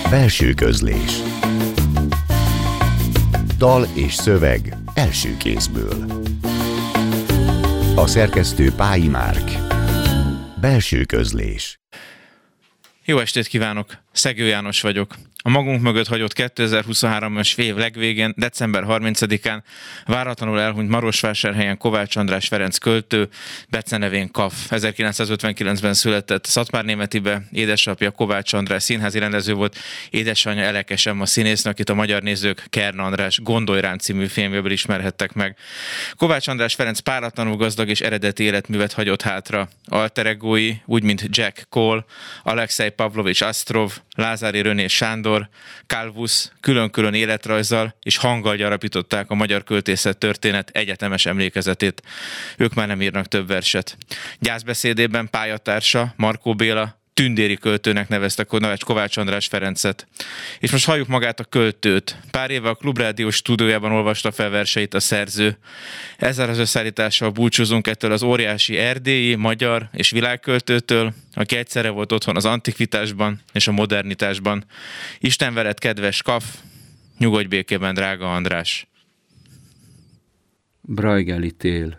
Belső közlés. Dal és szöveg első kézből. A szerkesztő Pályi Márk. Belső közlés. Jó estét kívánok! Szegő János vagyok. A magunk mögött hagyott 2023-as év legvégén, december 30-án váratlanul elhunyt Marosvásárhelyen Kovács András Ferenc költő, becenevén Kaf. 1959-ben született Szatmárnémetibe, édesapja Kovács András színházi rendező volt, édesanyja Elekes Emma színésznő, akit a magyar nézők Kern András Gondolj rám című filmjéből ismerhettek meg. Kovács András Ferenc páratlanul gazdag és eredeti életművet hagyott hátra. Alter egói, úgy mint Jack Cole, Alexei Pavlovics Astrov, Lázári René Sándor, Calvus külön-külön életrajzzal és hanggal gyarapították a magyar költészet történet egyetemes emlékezetét. Ők már nem írnak több verset. Gyászbeszédében pályatársa, Markó Béla tündéri költőnek nevezte Kovács András Ferencet. És most halljuk magát a költőt. Pár éve a Klubrádió stúdiójában olvasta fel verseit a szerző. Ezzel az összeállítással búcsúzunk ettől az óriási erdélyi, magyar és világköltőtől, aki egyszerre volt otthon az antikvitásban és a modernitásban. Isten veled, kedves Kaf, nyugodj békében, drága András. Braigeli tél.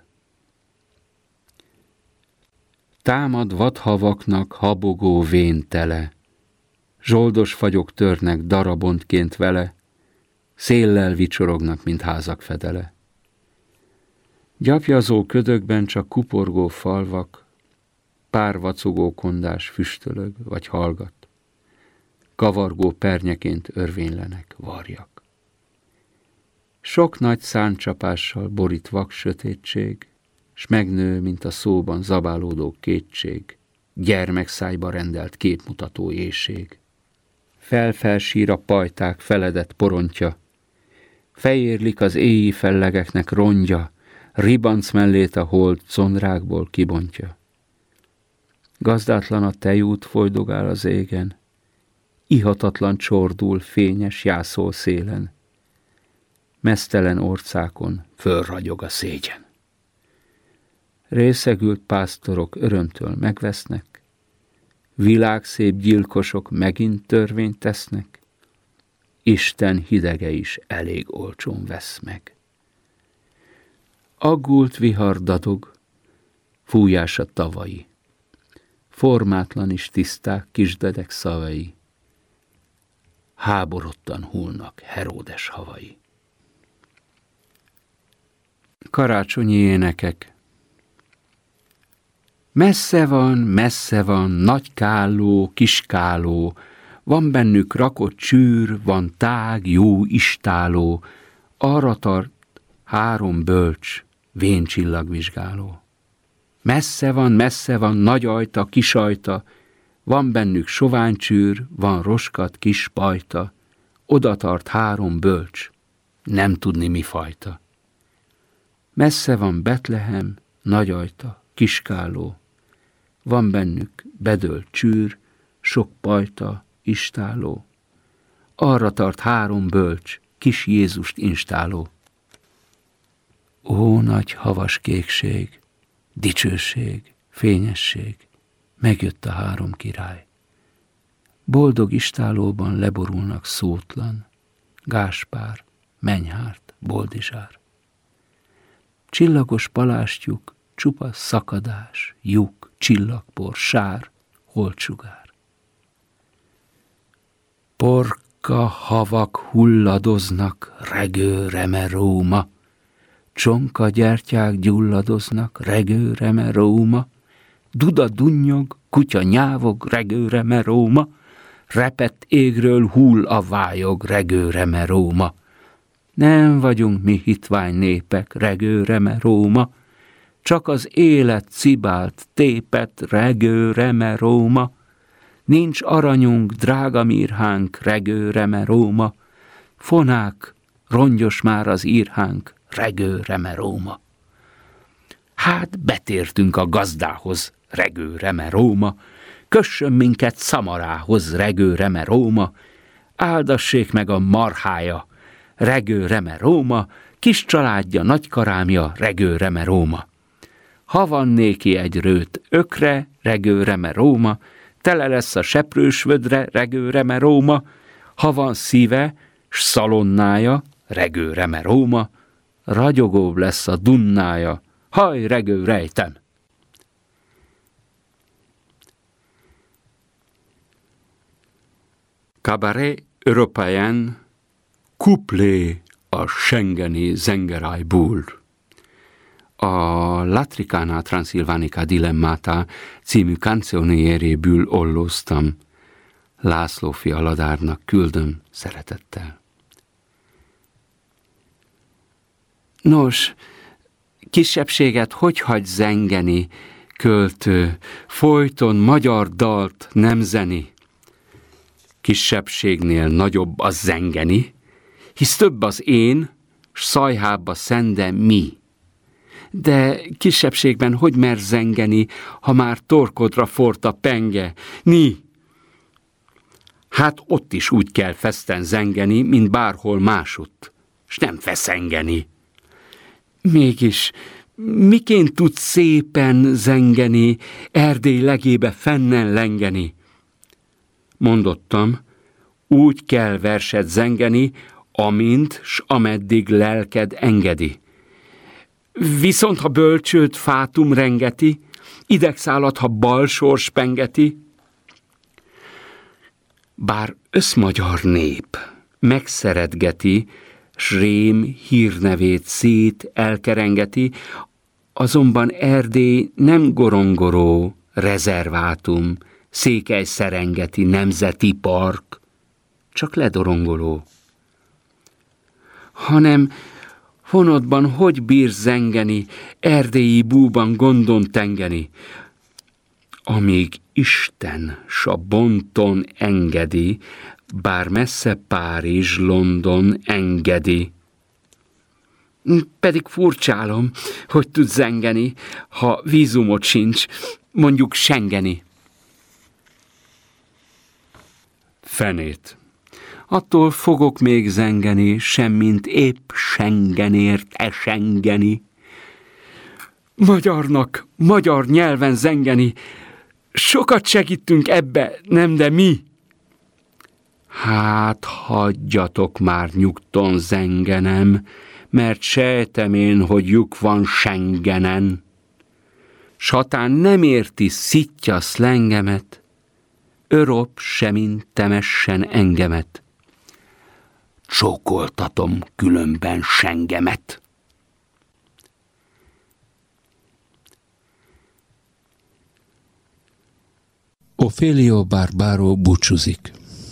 Támad vadhavaknak habogó vén tele, zsoldos fagyok törnek darabontként vele, széllel vicsorognak, mint házak fedele. Gyapjazó ködökben csak kuporgó falvak, pár vacogó kondás füstölög vagy hallgat, kavargó pernyeként örvénylenek varjak. Sok nagy száncsapással borít vak sötétség, s megnő, mint a szóban zabálódó kétség, gyermekszájba rendelt képmutató éjség. Felfelsír a pajták feledett porontja, fejérlik az éji fellegeknek rongya, ribanc mellét a hold condrákból kibontja. Gazdátlan a tejút folydogál az égen, ihatatlan csordul fényes jászol szélen, meztelen orcákon fölragyog a szégyen. Részegült pásztorok örömtől megvesznek, világszép gyilkosok megint törvényt tesznek, Isten hidege is elég olcsón vesz meg. Aggult vihar dadog, fújása tavai, formátlan is tiszták kisdedek szavai, háborodtan hullnak Heródes havai. Karácsonyi énekek. Messze van, nagy kálló, kis kálló, van bennük rakott csűr, van tág, jó istáló, arra tart 3 bölcs, vén csillagvizsgáló. Messze van, nagy ajta, kis ajta, van bennük soványcsűr, van roskat, kis pajta, oda tart 3 bölcs, nem tudni mi fajta. Messze van Betlehem, nagy ajta, kis kálló, van bennük bedölt csűr, sok pajta, istáló. Arra tart 3 bölcs, kis Jézust instáló. Ó, nagy havas kékség, dicsőség, fényesség, megjött a 3 király. Boldog istálóban leborulnak szótlan, Gáspár, Menyhárt, Boldizsár. Csillagos palástjuk, csupasz szakadás, lyuk, csillagpor, sár, holtsugár. Porka havak hulladoznak, regő reme Róma, csonka gyertyák gyulladoznak, regő reme Róma, duda dunnyog, kutya nyávog, regő reme Róma, repett égről hull a vályog, regő reme Róma. Nem vagyunk mi hitvány népek, regő reme Róma, csak az élet cibált, tépett, regő reme Róma. Nincs aranyunk, drága mirhánk, regő reme Róma. Fonák, rongyos már az írhánk, regő reme Róma. Hát betértünk a gazdához, regő reme Róma. Kössön minket Szamarához, regő reme Róma. Áldassék meg a marhája, regő reme Róma. Kis családja, nagy karámja, regő reme Róma. Ha van néki egy rőt ökre, regő reme Róma, tele lesz a seprős vödre, regő reme Róma, Ha van szíve, s szalonnája, regő reme Róma, ragyogóbb lesz a Dunnája, haj, regő rejtem! Cabaret européen, couplé a schengeni zengerájból. A Latricana Transilvanica Dilemmata című canzonieréből ollóztam. László Fialadárnak küldöm szeretettel. Nos, kisebbséget hogy hagy zengeni, költő, folyton magyar dalt nem zeni? Kisebbségnél nagyobb a zengeni, hisz több az én, s szajhább a szende mi. De kisebbségben hogy mer zengeni, ha már torkodra fort a penge? Ni! Hát ott is úgy kell festen zengeni, mint bárhol másutt, s nem feszengeni. Mégis, miként tud szépen zengeni, Erdély legébe fennen lengeni? Mondottam, úgy kell verset zengeni, amint s ameddig lelked engedi. Viszont ha bölcsőt fátum rengeti, idegszálat, ha bal sors pengeti, bár összmagyar nép megszeretgeti, s rém hírnevét szét elkerengeti, azonban Erdély nem gorongoró, rezervátum, Székely-Szerengeti nemzeti park, csak ledorongoló. Hanem honodban hogy bír zengeni, erdélyi búban gondon tengeni, amíg Isten s a bonton engedi, bár messze Párizs, London engedi. Pedig furcsálom, hogy tud zengeni, ha vízumot sincs, mondjuk Schengeni. Fenét. Attól fogok még zengeni, semmint épp Schengenért esengeni. Magyarnak, magyar nyelven zengeni, sokat segítünk ebbe, nem de mi? Hát hagyjatok már nyugton zengenem, mert sejtem én, hogy lyuk van Schengenen. S hatán nem érti szitja szlengemet, örop semint temessen engemet. Csókoltatom különben sengemet. Ofelio Barbaro búcsúzik.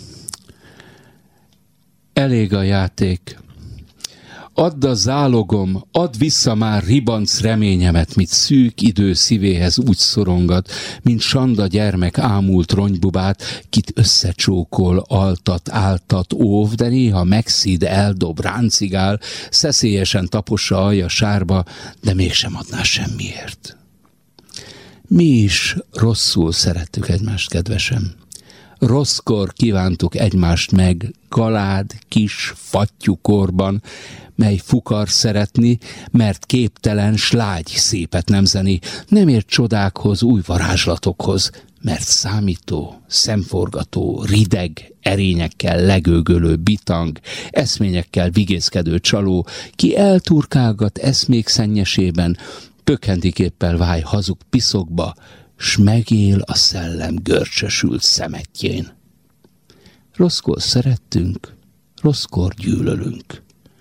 Elég a játék. Add a zálogom, add vissza már ribanc reményemet, mit szűk idő szívéhez úgy szorongat, mint Sanda gyermek ámult ronybubát, kit összecsókol, altat, áltat, óv, de néha megszíd, eldob, ráncigál, szeszélyesen tapossa alja sárba, de mégsem adná semmiért. Mi is rosszul szerettük egymást, kedvesem. Rosszkor kívántuk egymást meg, galád, kis, fattyúkorban, mely fukar szeretni, mert képtelen, slágy szépet nemzeni, nem ért csodákhoz, új varázslatokhoz, mert számító, szemforgató, rideg, erényekkel legőgölő bitang, eszményekkel vigészkedő csaló, ki elturkálgat eszmék szennyesében, pökhendiképpel válj hazug piszokba, s megél a szellem görcsösült szemetjén. Rosszkor szerettünk, rosszkor gyűlölünk.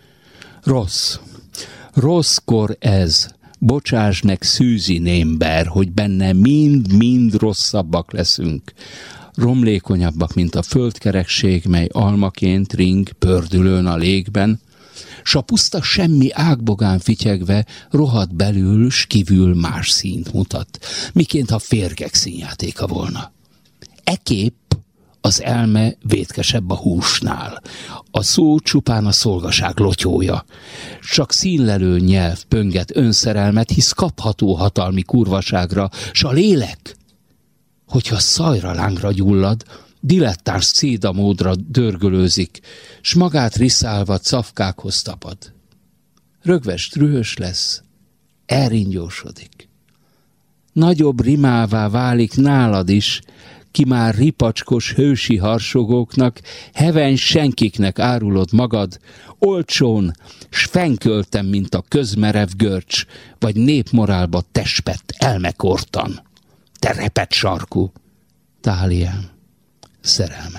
Rosszkor ez, bocsáss meg szűzi némber, hogy benne mind-mind rosszabbak leszünk. Romlékonyabbak, mint a földkerekség, mely almaként ring pördülőn a légben, s a puszta semmi ágbogán fityegve rohadt belül, s kívül más színt mutat, miként ha férgek színjátéka volna. Ekép az elme vétkesebb a húsnál, a szó csupán a szolgaság lotyója, csak színlelő nyelv pönget önszerelmet, hisz kapható hatalmi kurvaságra, s a lélek, hogyha szajra lángra gyullad, dilettáns szédamódra dörgölőzik, s magát riszálva cafkákhoz tapad. Rögves trühös lesz, elringyósodik. Nagyobb rimává válik nálad is, ki már ripacskos hősi harsogóknak, heveny senkiknek árulod magad, olcsón, s fenköltem, mint a közmerev görcs, vagy népmorálba tespett elmekortan. Te repet sarkú, Táliám, szerelme.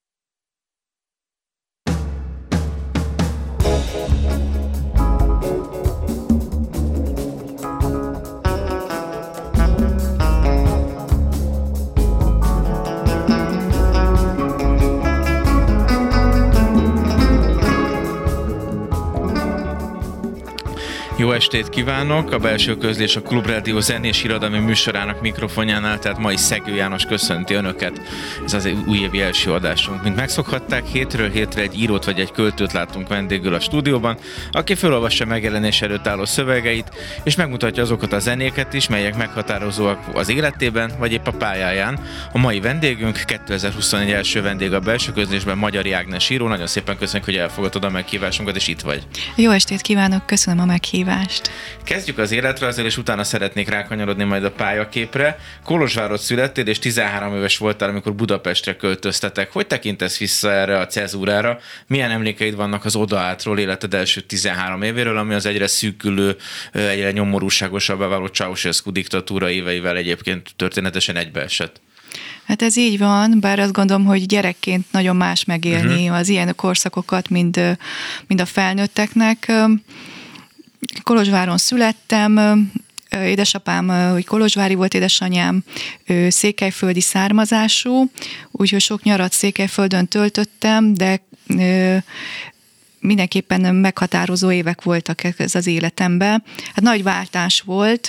Jó estét kívánok! A Belső Közlés a Klubrádió zenés irodalmi műsorának mikrofonjánál, tehát mai Szegő János köszönti Önöket. Ez az újévi első adásunk. Mint megszokhatták, hétről hétre egy írót vagy egy költőt látunk vendégül a stúdióban, aki felolvassa megjelenés előtt álló szövegeit, és megmutatja azokat a zenéket is, melyek meghatározóak az életében, vagy épp a pályáján. A mai vendégünk, 2021 első vendég a Belső Közlésben, Magyari Ágnes író. Nagyon szépen köszönjük, hogy elfogadtad a meghívásunkat, és itt vagy. Jó estét kívánok, köszönöm a meghívást. Kezdjük az életrajzról, és utána szeretnék rákanyarodni majd a pályaképre. Kolozsvárot születtél, és 13 éves voltál, amikor Budapestre költöztetek. Hogy tekintesz vissza erre a cezúrára? Milyen emlékeid vannak az odaátról, életed első 13 évéről, ami az egyre szűkülő, egyre nyomorúságosabbá váló Ceausescu diktatúra éveivel egyébként történetesen egybeesett? Hát ez így van, bár azt gondolom, hogy gyerekként nagyon más megélni az ilyen korszakokat, mint a felnőtteknek. Kolozsváron születtem, édesapám, hogy kolozsvári volt, édesanyám székelyföldi származású, úgyhogy sok nyarat Székelyföldön töltöttem, de mindenképpen meghatározó évek voltak ez az életemben. Hát nagy váltás volt,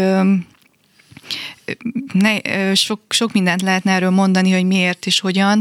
sok mindent lehetne erről mondani, hogy miért és hogyan,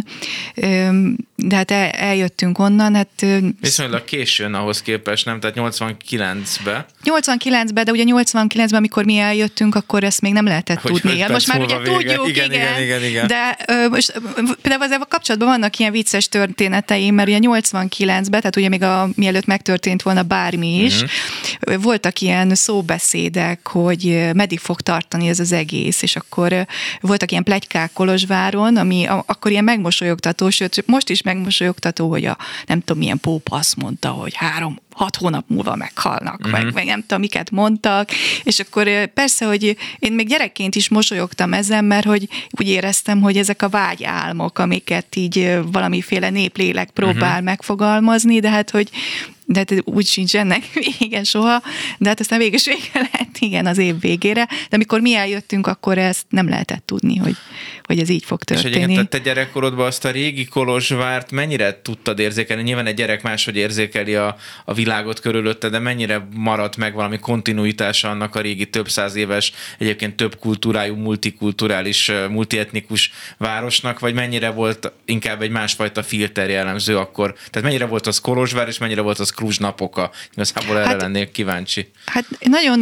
de hát eljöttünk onnan. Hát, viszonylag későn ahhoz képest, nem? Tehát 89-ben. 89-ben, de ugye 89-ben, amikor mi eljöttünk, akkor ezt még nem lehetett hogy tudni. Most már ugye vége. tudjuk, igen. De most, például ezzel a kapcsolatban vannak ilyen vicces történeteim, mert ugye 89-ben, tehát ugye még mielőtt megtörtént volna bármi is, voltak ilyen szóbeszédek, hogy meddig fog tartani ez az egész, és akkor voltak ilyen pletykák Kolozsváron, ami akkor ilyen megmosolyogtató, sőt, most is megmosolyogtató, hogy nem tudom, milyen pópa azt mondta, hogy 6 hónap múlva meghalnak, meg nem tudom, miket mondtak, és akkor persze, hogy én még gyerekként is mosolyogtam ezen, mert hogy úgy éreztem, hogy ezek a vágyálmok, amiket így valamiféle néplélek próbál megfogalmazni, de hát, hogy úgy sincs ennek vége soha, de hát aztán végül vége lett, igen, az év végére, de amikor mi eljöttünk, akkor ezt nem lehetett tudni, hogy ez így fog történni. És egyébként te gyerekkorodban azt a régi Kolozsvárt mennyire tudtad érzékelni? Nyilván egy gyerek máshogy érzékeli a világot körülötte, de mennyire maradt meg valami kontinuitása annak a régi több száz éves, egyébként több kultúrájú, multikulturális, multietnikus városnak, vagy mennyire volt inkább egy másfajta filter jellemző akkor? Tehát mennyire volt az Kolozsvár, és mennyire volt az Cluj-Napoca? Igazából erre lennék kíváncsi. Hát nagyon,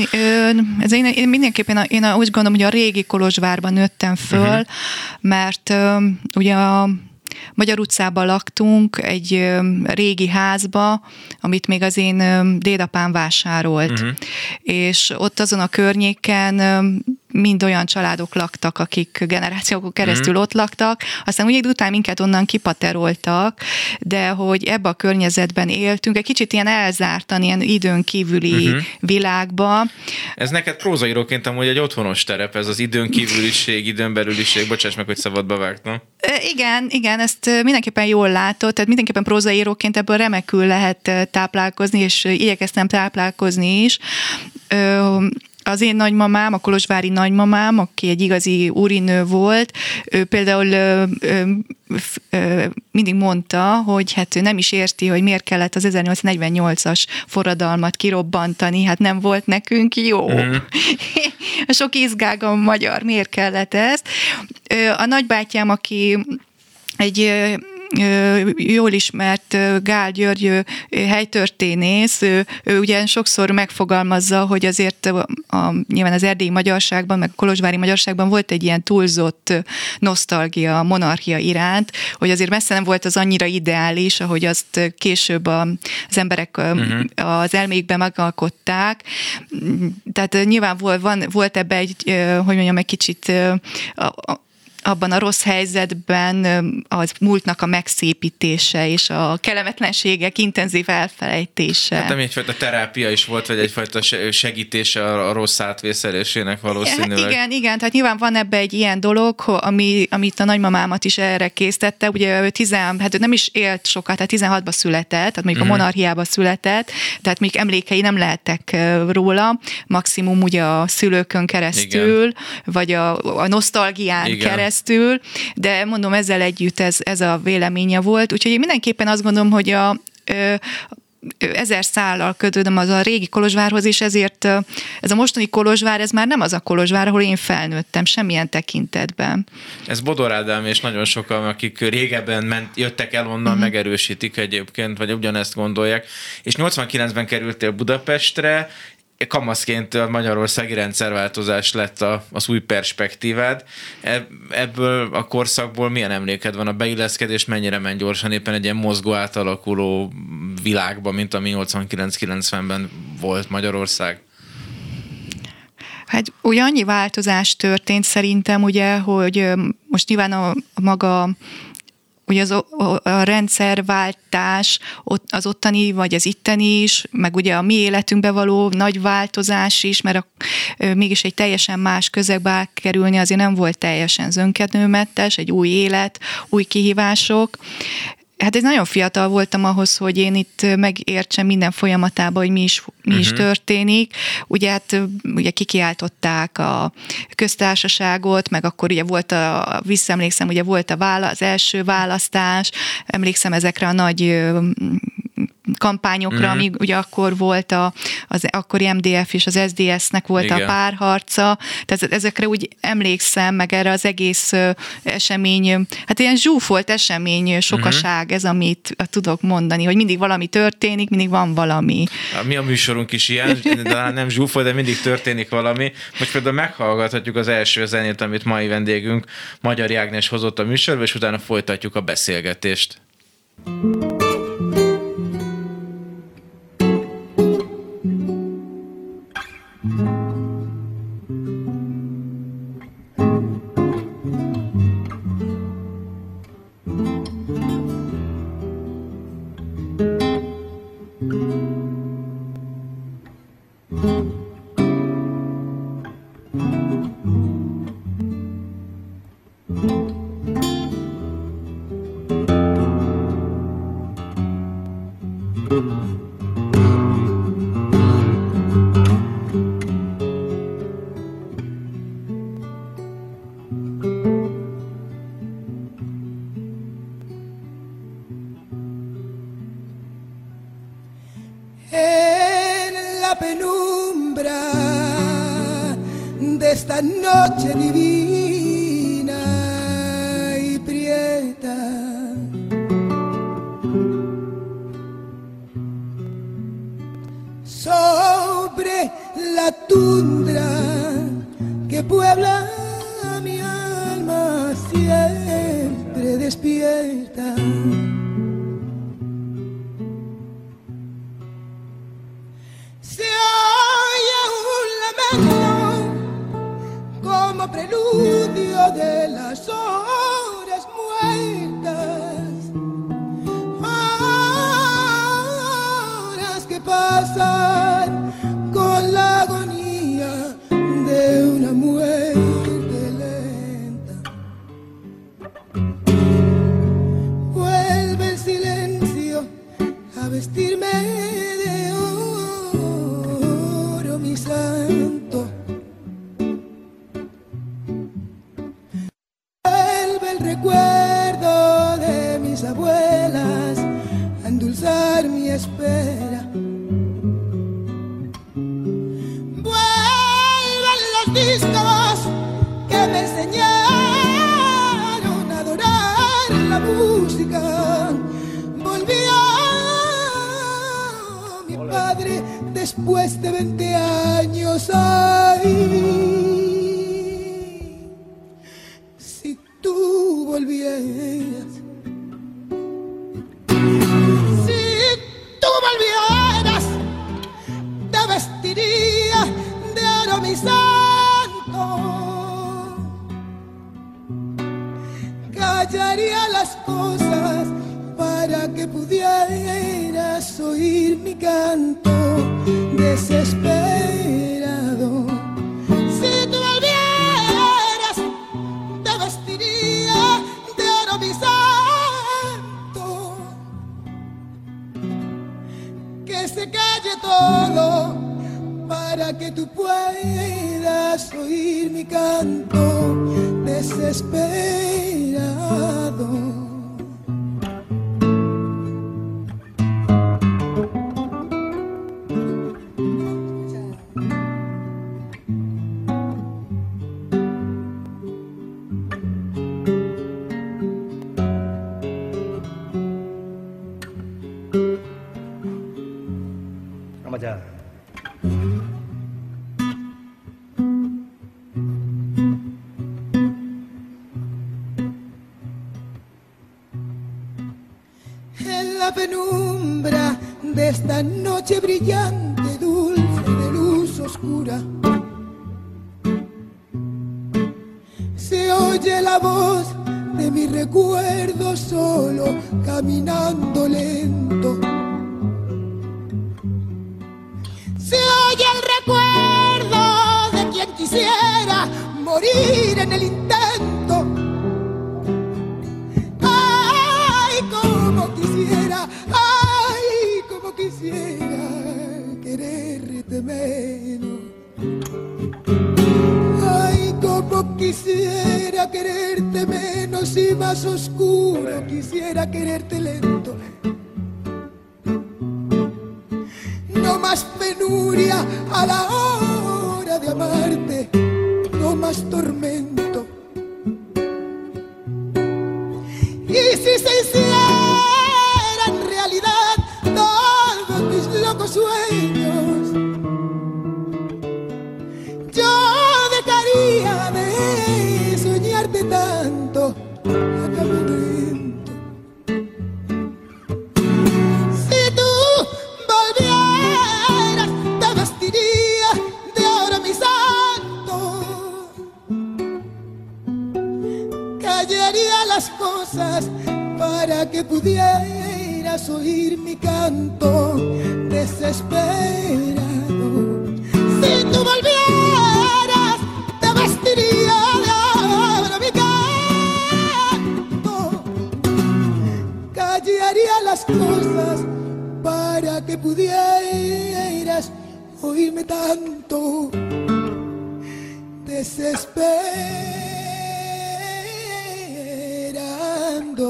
én mindenképpen én úgy gondolom, hogy a régi Kolozsvárban nőttem föl, mert ugye a Magyar utcában laktunk, egy régi házba, amit még az én dédapám vásárolt. És ott azon a környéken mind olyan családok laktak, akik generációkon keresztül ott laktak, aztán úgy után minket onnan kipateroltak, de hogy ebbe a környezetben éltünk, egy kicsit ilyen elzártan, ilyen időn kívüli világba. Ez neked prózaíróként amúgy egy otthonos terep, ez az időn kívüliség, időn belüliség, bocsáss meg, hogy szabadba vágtam. Igen, ezt mindenképpen jól látod, tehát mindenképpen prózaíróként ebből remekül lehet táplálkozni, és igyekeztem táplálkozni is. Az én nagymamám, a kolozsvári nagymamám, aki egy igazi úrinő volt, ő például mindig mondta, hogy hát ő nem is érti, hogy miért kellett az 1848-as forradalmat kirobbantani, hát nem volt nekünk jó. Sok izgága magyar, miért kellett ezt? A nagybátyám, aki egy jól ismert Gál György helytörténész, ő ugye sokszor megfogalmazza, hogy azért nyilván az erdélyi magyarságban, meg a kolozsvári magyarságban volt egy ilyen túlzott nosztalgia a monarchia iránt, hogy azért messze nem volt az annyira ideális, ahogy azt később az emberek az elméjükben megalkották. Tehát nyilván volt ebbe egy, hogy mondjam, egy kicsit abban a rossz helyzetben az múltnak a megszépítése és a kellemetlenségek intenzív elfelejtése. Hát nem egyfajta terápia is volt, vagy egyfajta segítése a rossz átvészelésének valószínűleg. Hát igen, tehát nyilván van ebbe egy ilyen dolog, amit a nagymamámat is erre késztette. Ugye ő nem is élt sokat, tehát 16-ban született, tehát mondjuk a monarchiában született, tehát még emlékei nem lehettek róla, maximum ugye a szülőkön keresztül, igen. vagy a nosztalgián igen. keresztül, de mondom, ezzel együtt ez a véleménye volt. Úgyhogy én mindenképpen azt gondolom, hogy 1000 szállal kötődöm az a régi Kolozsvárhoz, és ezért ez a mostani Kolozsvár, ez már nem az a Kolozsvár, ahol én felnőttem, semmilyen tekintetben. Ez Bodor Ádám és nagyon sokan, akik régebben jöttek el onnan, megerősítik egyébként, vagy ugyanezt gondolják. És 89-ben kerültél Budapestre, kamaszként a magyarországi rendszerváltozás lett az új perspektívád. Ebből a korszakból milyen emléked van? A beilleszkedés mennyire ment gyorsan éppen egy ilyen mozgó átalakuló világban, mint ami 89-90-ben volt Magyarország? Hát ugye annyi változás történt szerintem, ugye, hogy most nyilván a maga ugye a rendszerváltás, az ottani, vagy az itteni is, meg ugye a mi életünkbe való nagy változás is, mert mégis egy teljesen más közegbe kerülni azért nem volt teljesen zönkkenőmentes, egy új élet, új kihívások. Hát én nagyon fiatal voltam ahhoz, hogy én itt megértsem minden folyamatában, hogy mi is történik. Ugye kikiáltották a köztársaságot, meg akkor ugye volt visszaemlékszem, ugye volt az első választás, emlékszem ezekre a nagy kampányokra, ami ugye akkor volt az akkori MDF és az SZDSZ-nek volt igen. a párharca, tehát ezekre úgy emlékszem, meg erre az egész esemény, hát ilyen zsúfolt esemény sokaság, ez amit tudok mondani, hogy mindig valami történik, mindig van valami. Mi a műsorunk is ilyen, de nem zsúfolt, de mindig történik valami. Most például meghallgathatjuk az első zenét, amit mai vendégünk Magyari Ágnes hozott a műsorba, és utána folytatjuk a beszélgetést. Después de 20 años, ay, si tú volvieras, te vestiría de oro mi santo, callaría las cosas para que pudieras oír mi canto desesperado. Si tú volvieras, te vestiría de oro mi santo. Que se calle todo para que tú puedas oír mi canto desesperado. Vamos allá. En la penumbra de esta noche brillante, dulce de luz oscura, se oye la voz de mi recuerdo solo caminando lento. Se oye el recuerdo de quien quisiera morir en el intento. Ay, como quisiera quererte menos. Ay, como quisiera quererte menos y más oscuro. Quisiera quererte lento. No más penuria a la hora de amarte, no más tormento. Y si se hicieran realidad todos mis locos sueños, yo dejaría de soñarte tanto. Acabo lento. Si tú volvieras, te vestiría de oro mi santo. Callaría las cosas para que pudieras oír mi canto desesperado. Si tú volvieras, te vestiría de oro mi canto. Callaría las cosas para que pudieras oírme tanto desesperando.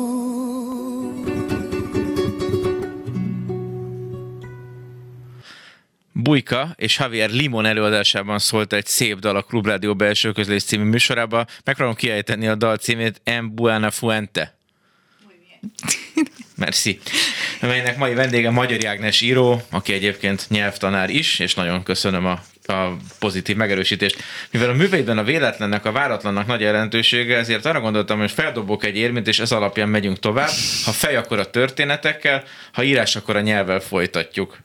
Bujka és Javier Limon előadásában szólt egy szép dal a Klubrádió belső közlés című műsorában. Megpróbálom kiejteni a dal címét, En Buena Fuente. Merci. Melynek mai vendége Magyari Ágnes író, aki egyébként nyelvtanár is, és nagyon köszönöm a pozitív megerősítést. Mivel a műveidben a véletlennek, a váratlannak nagy jelentősége, ezért arra gondoltam, hogy feldobok egy érmét, és ez alapján megyünk tovább. Ha fej, akkor a történetekkel, ha írás, akkor a nyelvvel folytatjuk.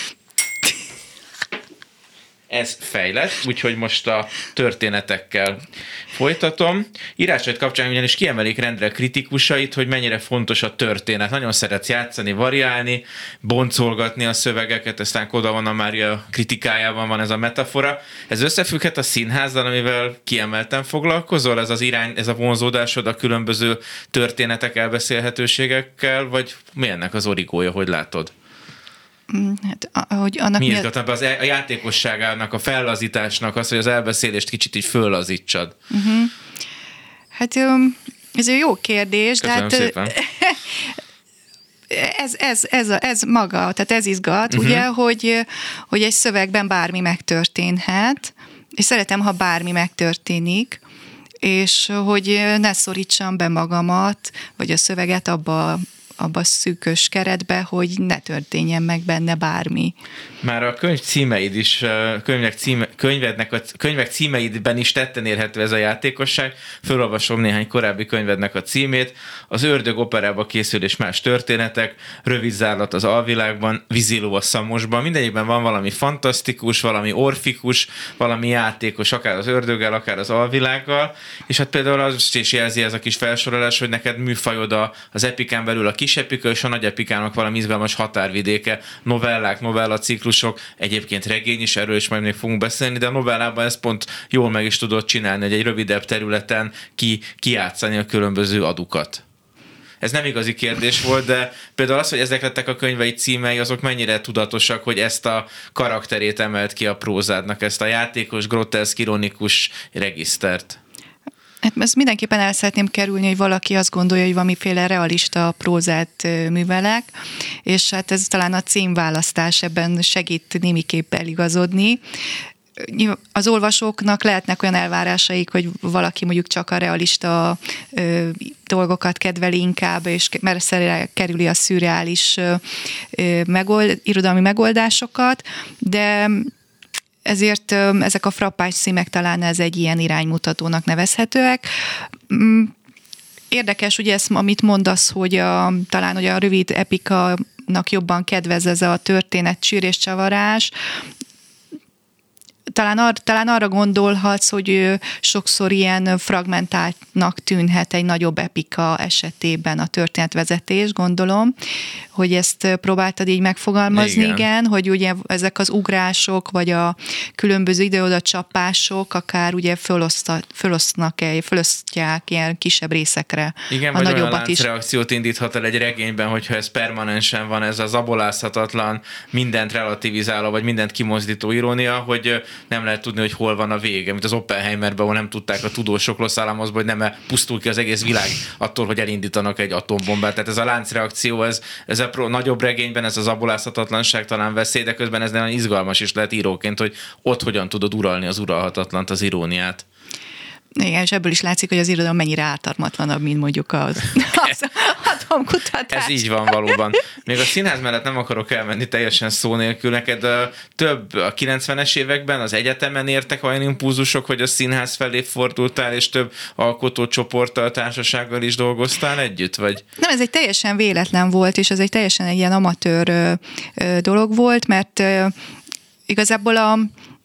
Ez fejlett, úgyhogy most a történetekkel folytatom. Írásaid kapcsán ugyanis kiemelik rendre kritikusait, hogy mennyire fontos a történet. Nagyon szeretsz játszani, variálni, boncolgatni a szövegeket, aztán Koda Anna Mária kritikájában van ez a metafora. Ez összefügghet a színházzal, amivel kiemelten foglalkozol? Ez az irány, ez a vonzódásod a különböző történetek elbeszélhetőségekkel, vagy mi ennek az origója, hogy látod? Hát, ahogy annak mi izgatott a játékosságának, a fellazításnak, az, hogy az elbeszélést kicsit így föllazítsad? Hát ez egy jó kérdés. Köszönöm szépen. Ez maga, tehát ez izgat, ugye, hogy egy szövegben bármi megtörténhet, és szeretem, ha bármi megtörténik, és hogy ne szorítsam be magamat, vagy a szöveget abba abba a szűkös keretbe, hogy ne történjen meg benne bármi. Már a könyv címeid is, könyvek címeidben is tetten érhető ez a játékosság. Fölolvasom néhány korábbi könyvednek a címét. Az Ördög operába készül és más történetek, Rövid zárlat az alvilágban, Víziló a Szamosban. Mindegyikben van valami fantasztikus, valami orfikus, valami játékos, akár az ördöggel, akár az alvilággal. És hát például az is jelzi ez a kis felsorolás, hogy neked műfajod az epikán belül a kis epika és a nagy epikának valami izgalmas határvidéke, novellák, novellaciklusok, egyébként regény is, erről is majd még fogunk beszélni, de a novellában ezt pont jól meg is tudod csinálni, hogy egy rövidebb területen kijátszani a különböző adukat. Ez nem igazi kérdés volt, de például az, hogy ezek lettek a könyvei címei, azok mennyire tudatosak, hogy ezt a karakterét emelt ki a prózádnak, ezt a játékos, groteszk, ironikus regisztert. Hát ezt mindenképpen el szeretném kerülni, hogy valaki azt gondolja, hogy valamiféle realista prózát művelek, és hát ez talán a címválasztás ebben segít némiképp eligazodni. Az olvasóknak lehetnek olyan elvárásaik, hogy valaki mondjuk csak a realista dolgokat kedveli inkább, és messzire kerüli a szürreális irodalmi megoldásokat, de ezért ezek a frappás címek talán ez egy ilyen iránymutatónak nevezhetőek. Érdekes, ugye ezt, amit mondasz, hogy talán hogy a rövid epikának jobban kedvez ez a történet csűrés-csavarás. Talán arra gondolhatsz, hogy sokszor ilyen fragmentáltnak tűnhet egy nagyobb epika esetében a történetvezetés, gondolom, hogy ezt próbáltad így megfogalmazni, igen, hogy ezek az ugrások, vagy a különböző ide-oda csapások akár ugye fölosztják ilyen kisebb részekre. Igen, a vagy nagyobbat olyan láncreakciót indíthat el egy regényben, hogyha ez permanensen van, ez az abolázhatatlan, mindent relativizáló, vagy mindent kimozdító irónia, hogy nem lehet tudni, hogy hol van a vége, mint az Oppenheimerben, ahol nem tudták a tudósok Los Alamosban, hogy nem pusztul ki az egész világ attól, hogy elindítanak egy atombombát. Tehát ez a láncreakció, ez a nagyobb regényben, ez az abolázhatatlanság talán veszély, de közben ez nagyon izgalmas is lehet íróként, hogy ott hogyan tudod uralni az uralhatatlant, az iróniát. Igen, és ebből is látszik, hogy az irodalom mennyire ártalmatlanabb, mint mondjuk az atomkutatás. Ez így van valóban. Még a színház mellett nem akarok elmenni teljesen szó nélkül. Neked több a 90-es években az egyetemen értek olyan impulzusok, hogy a színház felé fordultál, és több alkotócsoporttal, társasággal is dolgoztál együtt? Vagy? Nem, ez egy teljesen véletlen volt, és ez egy teljesen egy ilyen amatőr dolog volt, mert igazából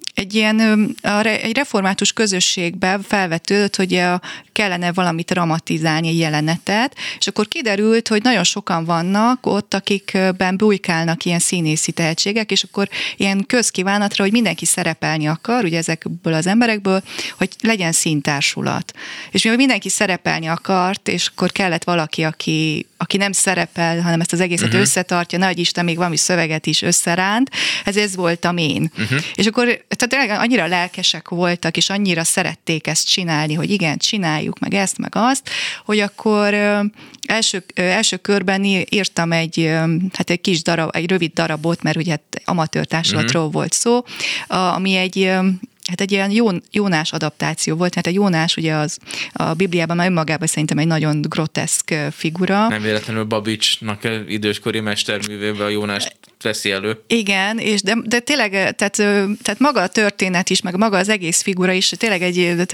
egy református közösségben felvetődött, hogy kellene valamit dramatizálni, egy jelenetet, és akkor kiderült, hogy nagyon sokan vannak ott, akikben bujkálnak ilyen színészi tehetségek, és akkor ilyen közkívánatra, hogy mindenki szerepelni akar, ugye ezekből az emberekből, hogy legyen színtársulat. És mivel mindenki szerepelni akart, és akkor kellett valaki, aki nem szerepel, hanem ezt az egészet összetartja, nagy Isten, még valami szöveget is összeránt, ez voltam én. És akkor tehát annyira lelkesek voltak, és annyira szerették ezt csinálni, hogy igen, csináljuk, meg ezt, meg azt, hogy akkor első körben írtam egy kis darab, egy rövid darabot, mert ugye amatőr társulatról volt szó, ami egy ilyen Jónás adaptáció volt, mert egy Jónás ugye a Bibliában már önmagában szerintem egy nagyon groteszk figura. Nem véletlenül Babicsnak időskori mesterművében a Jónást veszi elő. Igen, de tényleg, tehát maga a történet is, meg maga az egész figura is, tényleg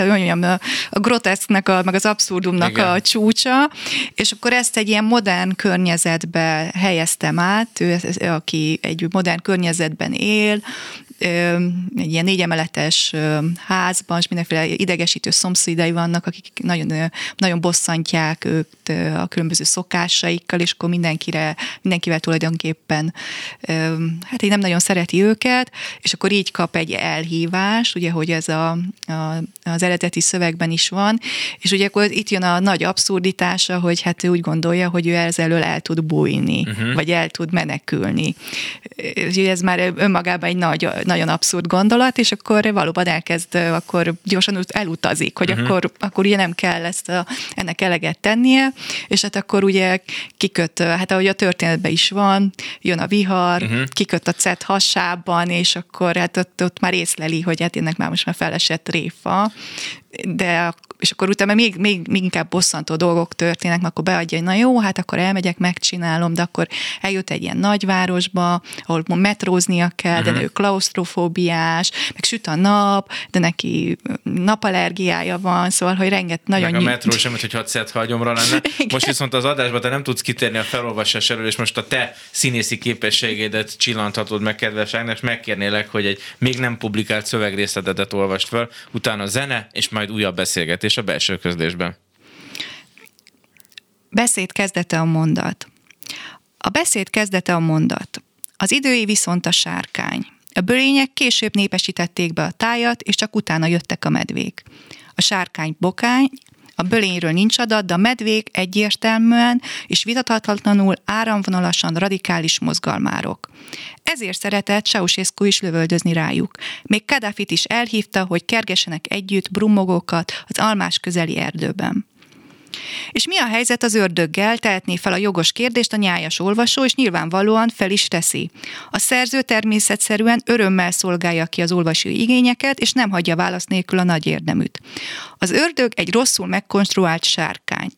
a groteszknek, meg az abszurdumnak igen. A csúcsa, és akkor ezt egy ilyen modern környezetbe helyeztem át, aki egy modern környezetben él, egy ilyen 4 emeletes házban, és mindenféle idegesítő szomszédai vannak, akik nagyon, nagyon bosszantják őt a különböző szokásaikkal, és akkor mindenkivel tulajdonképpen így nem nagyon szereti őket, és akkor így kap egy elhívást, ugye, hogy ez az eredeti szövegben is van, és ugye akkor itt jön a nagy abszurditása, hogy hát ő úgy gondolja, hogy ő ezzel el tud bújni, vagy el tud menekülni. Ugye ez már önmagában egy nagyon abszurd gondolat, és akkor valóban akkor gyorsan elutazik, hogy akkor ugye nem kell ennek eleget tennie, és hát akkor ugye kiköt, hát ahogy a történetben is van, jön a vihar, kiköt a cet hasában, és akkor hát ott már észleli, hogy hát ennek már most már felesett réfa, és akkor utána még inkább bosszantó dolgok történnek, akkor beadja, hogy na jó, hát akkor elmegyek, megcsinálom, de akkor eljut egy ilyen nagyvárosba, ahol metróznia kell, de ő klausztrofóbiás, meg süt a nap, de neki napallergiája van, szóval, hogy nagyon... Meg a metró sem, hogy 6 hagyomra lenne. Most viszont az adásban te nem tudsz kitérni a felolvasás elől, és most a te színészi képességeidet csillanthatod meg, kedves Ágnes, megkérnélek, hogy egy még nem publikált szövegrészletet olvast fel, utána zene, és majd újabb beszélgetés a belső közlésben. Beszéd kezdete a mondat. A beszéd kezdete a mondat. Az idői viszont a sárkány. A bölények később népesítették be a tájat, és csak utána jöttek a medvék. A sárkány bokány, a bölényről nincs adat, de a medvék egyértelműen és vitathatatlanul áramvonalasan radikális mozgalmárok. Ezért szeretett Ceausescu is lövöldözni rájuk. Még Kadhafit is elhívta, hogy kergessenek együtt brummogókat az almás közeli erdőben. És mi a helyzet az ördöggel, tehetné fel a jogos kérdést a nyájas olvasó, és nyilvánvalóan fel is teszi. A szerző természetszerűen örömmel szolgálja ki az olvasói igényeket, és nem hagyja válasz nélkül a nagy érdeműt. Az ördög egy rosszul megkonstruált sárkány.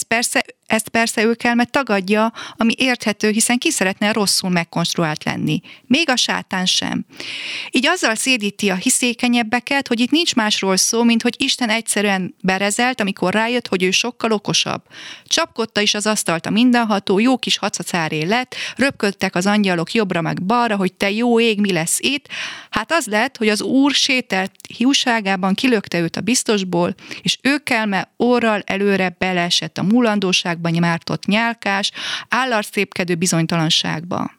Ezt persze ő kell, mert tagadja, ami érthető, hiszen ki szeretne rosszul megkonstruált lenni. Még a sátán sem. Így azzal szédíti a hiszékenyebbeket, hogy itt nincs másról szó, mint hogy Isten egyszerűen berezelt, amikor rájött, hogy ő sokkal okosabb. Csapkodta is az asztalt a mindenható, jó kis hacacáré lett, röpködtek az angyalok jobbra meg balra, hogy te jó ég, mi lesz itt. Hát az lett, hogy az úr sétált hiúságában kilökte őt a biztosból, és ő kelme orral előre beleesett a mulandóságban mártott nyálkás, állarcépkedő bizonytalanságba.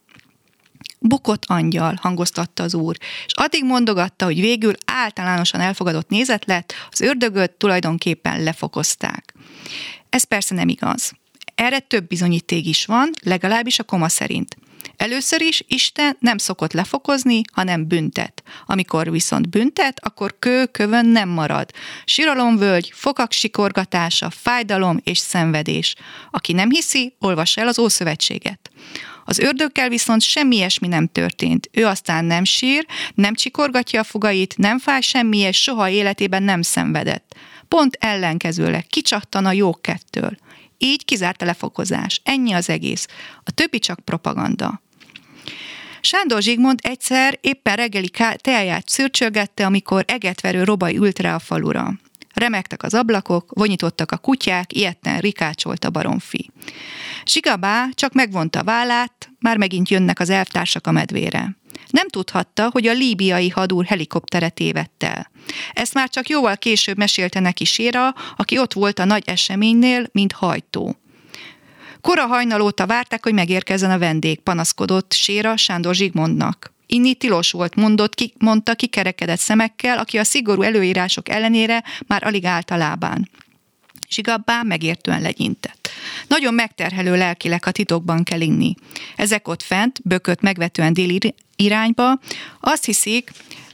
Bukott angyal, hangoztatta az úr, és addig mondogatta, hogy végül általánosan elfogadott nézet lett, az ördögöt tulajdonképpen lefokozták. Ez persze nem igaz. Erre több bizonyíték is van, legalábbis a koma szerint. Először is Isten nem szokott lefokozni, hanem büntet. Amikor viszont büntet, akkor kövön nem marad. Siralomvölgy, fokak sikorgatása, fájdalom és szenvedés. Aki nem hiszi, olvassa el az Ószövetséget. Az ördöggel viszont semmi ilyesmi nem történt. Ő aztán nem sír, nem csikorgatja a fogait, nem fáj semmi, és soha életében nem szenvedett. Pont ellenkezőleg kicsattan a jókedvtől. Így kizárt a lefokozás. Ennyi az egész. A többi csak propaganda. Sándor Zsigmond egyszer éppen reggeli teáját szürcsölgette, amikor egetverő robaj ült rá a falura. Remegtek az ablakok, vonyítottak a kutyák, ijedten rikácsolt a baromfi. Zsigabá csak megvonta a vállát, már megint jönnek az elvtársak a medvére. Nem tudhatta, hogy a líbiai hadúr helikoptere tévedt el. Ezt már csak jóval később mesélte neki Séra, aki ott volt a nagy eseménynél, mint hajtó. Kora hajnal óta várták, hogy megérkezzen a vendég, panaszkodott Séra Sándor Zsigmondnak. Inni tilos volt, mondta kikerekedett szemekkel, aki a szigorú előírások ellenére már alig állt a lábán. Zsigabbá megértően legyintett. Nagyon megterhelő lelkileg, ha titokban kell inni. Ezek ott fent, bökött megvetően déli irányba, azt hiszik,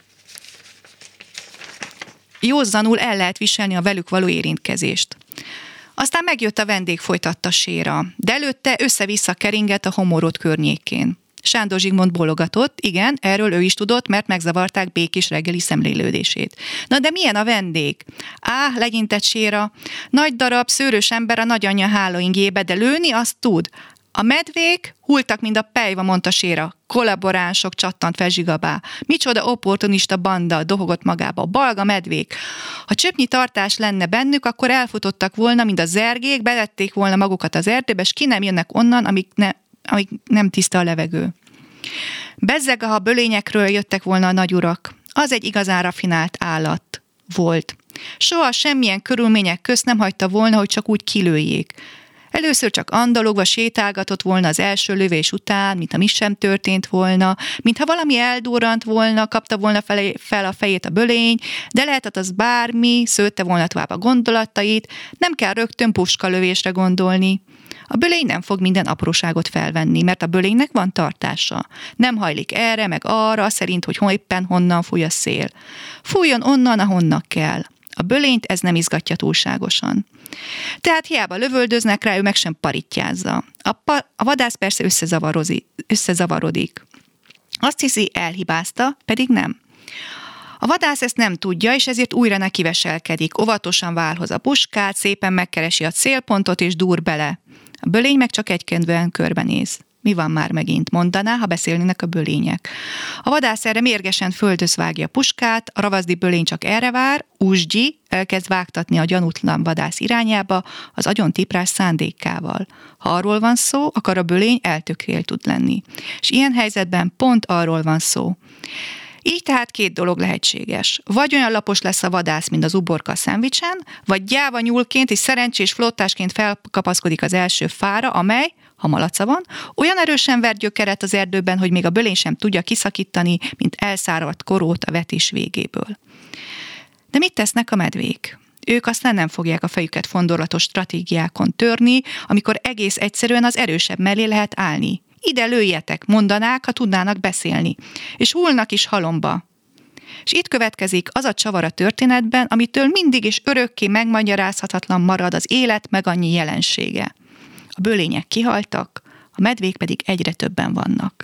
józzanul el lehet viselni a velük való érintkezést. Aztán megjött a vendég, folytatta Séra, de előtte össze-vissza keringett a homorod környékén. Sándor Zsigmond bólogatott, igen, erről ő is tudott, mert megzavarták békés reggeli szemlélődését. Na de milyen a vendég? Legyintett Séra, nagy darab, szőrös ember a nagyanyja hálóingjébe, de lőni azt tud. A medvék hultak, mint a pejva, mondta Séra. Kollaboránsok, csattant fel Zsigabá. Micsoda opportunista banda, dohogott magába. Balga medvék. Ha csöpnyi tartás lenne bennük, akkor elfutottak volna, mint a zergék, belették volna magukat az erdőbe, és ki nem jönnek onnan, amíg nem tiszta a levegő. Bezzeg, ha bölényekről jöttek volna a nagyurak. Az egy igazán rafinált állat volt. Soha semmilyen körülmények közt nem hagyta volna, hogy csak úgy kilőjék. Először csak andalogva sétálgatott volna az első lövés után, mintha mi sem történt volna, mintha valami eldurrant volna, kapta volna fel a fejét a bölény, de lehetett az bármi, szőtte volna tovább a gondolatait, nem kell rögtön puskalövésre gondolni. A bölény nem fog minden apróságot felvenni, mert a bölénynek van tartása. Nem hajlik erre, meg arra, szerint, hogy éppen honnan fúj a szél. Fújjon onnan, ahonnan kell. A bölényt ez nem izgatja túlságosan. Tehát hiába lövöldöznek rá, ő meg sem parittyázza. A vadász persze összezavarodik. Azt hiszi, elhibázta, pedig nem. A vadász ezt nem tudja, és ezért újra nekiveselkedik. Óvatosan válhoz a puskát, szépen megkeresi a célpontot, és dur bele. A bölény meg csak egykedvűen körbenéz. Mi van már megint, mondaná, ha beszélnének a bölények. A vadász erre mérgesen földhöz vágja a puskát, a ravaszdi bölény csak erre vár, Uzsgyi elkezd vágtatni a gyanútlan vadász irányába az agyontiprás szándékával. Ha arról van szó, akkor a bölény eltökélt tud lenni. És ilyen helyzetben pont arról van szó. Így tehát 2 dolog lehetséges. Vagy olyan lapos lesz a vadász, mint az uborka a szendvicsen, vagy gyáva nyúlként és szerencsés flottásként felkapaszkodik az első fára, amely, ha malaca van, olyan erősen ver gyökeret az erdőben, hogy még a bölény sem tudja kiszakítani, mint elszáradt korót a vetés végéből. De mit tesznek a medvék? Ők aztán nem fogják a fejüket fondorlatos stratégiákon törni, amikor egész egyszerűen az erősebb mellé lehet állni. Ide lőjetek, mondanák, ha tudnának beszélni. És hullnak is halomba. És itt következik az a csavar a történetben, amitől mindig és örökké megmagyarázhatatlan marad az élet meg annyi jelensége. A bölények kihaltak, a medvék pedig egyre többen vannak.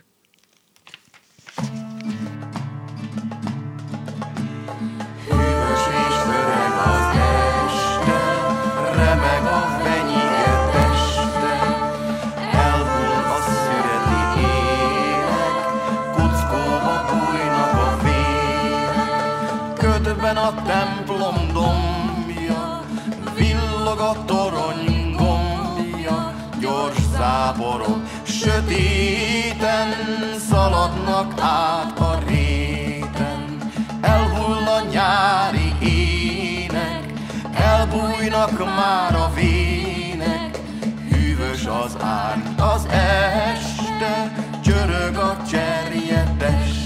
A templom dombja, villog a torony gombja, gyors záporok sötéten szaladnak át a réten. Elhull a nyári ének, elbújnak már a vének, hűvös az árny az este, csörög a cserje teste.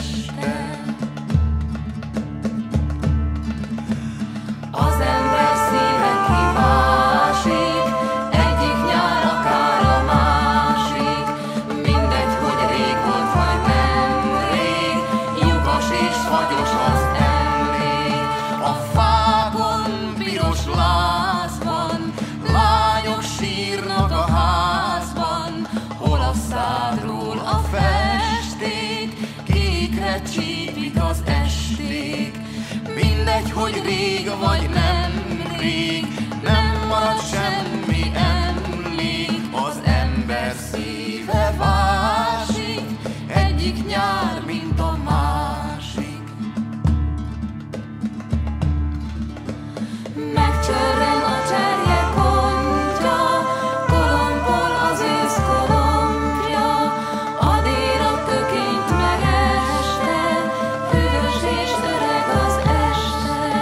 Az ember szíve kivásik, egyik nyár akár a másik, mindegy, hogy rég volt vagy nem rég, lyukas és fagyos az emlék. A fákon piros láz van, lányok sírnak a házban, hol a szádról a festék, kékre csípik az esték. Mindegy, hogy rég vagy nem rég, nem marad semmi emlék, az ember szíve vásik, egyik nyár, mint a másik. Megcsörren a cserje pontja, kolompol az ősz kolompja, adél a tökényt megeste, hűvös és öreg az este.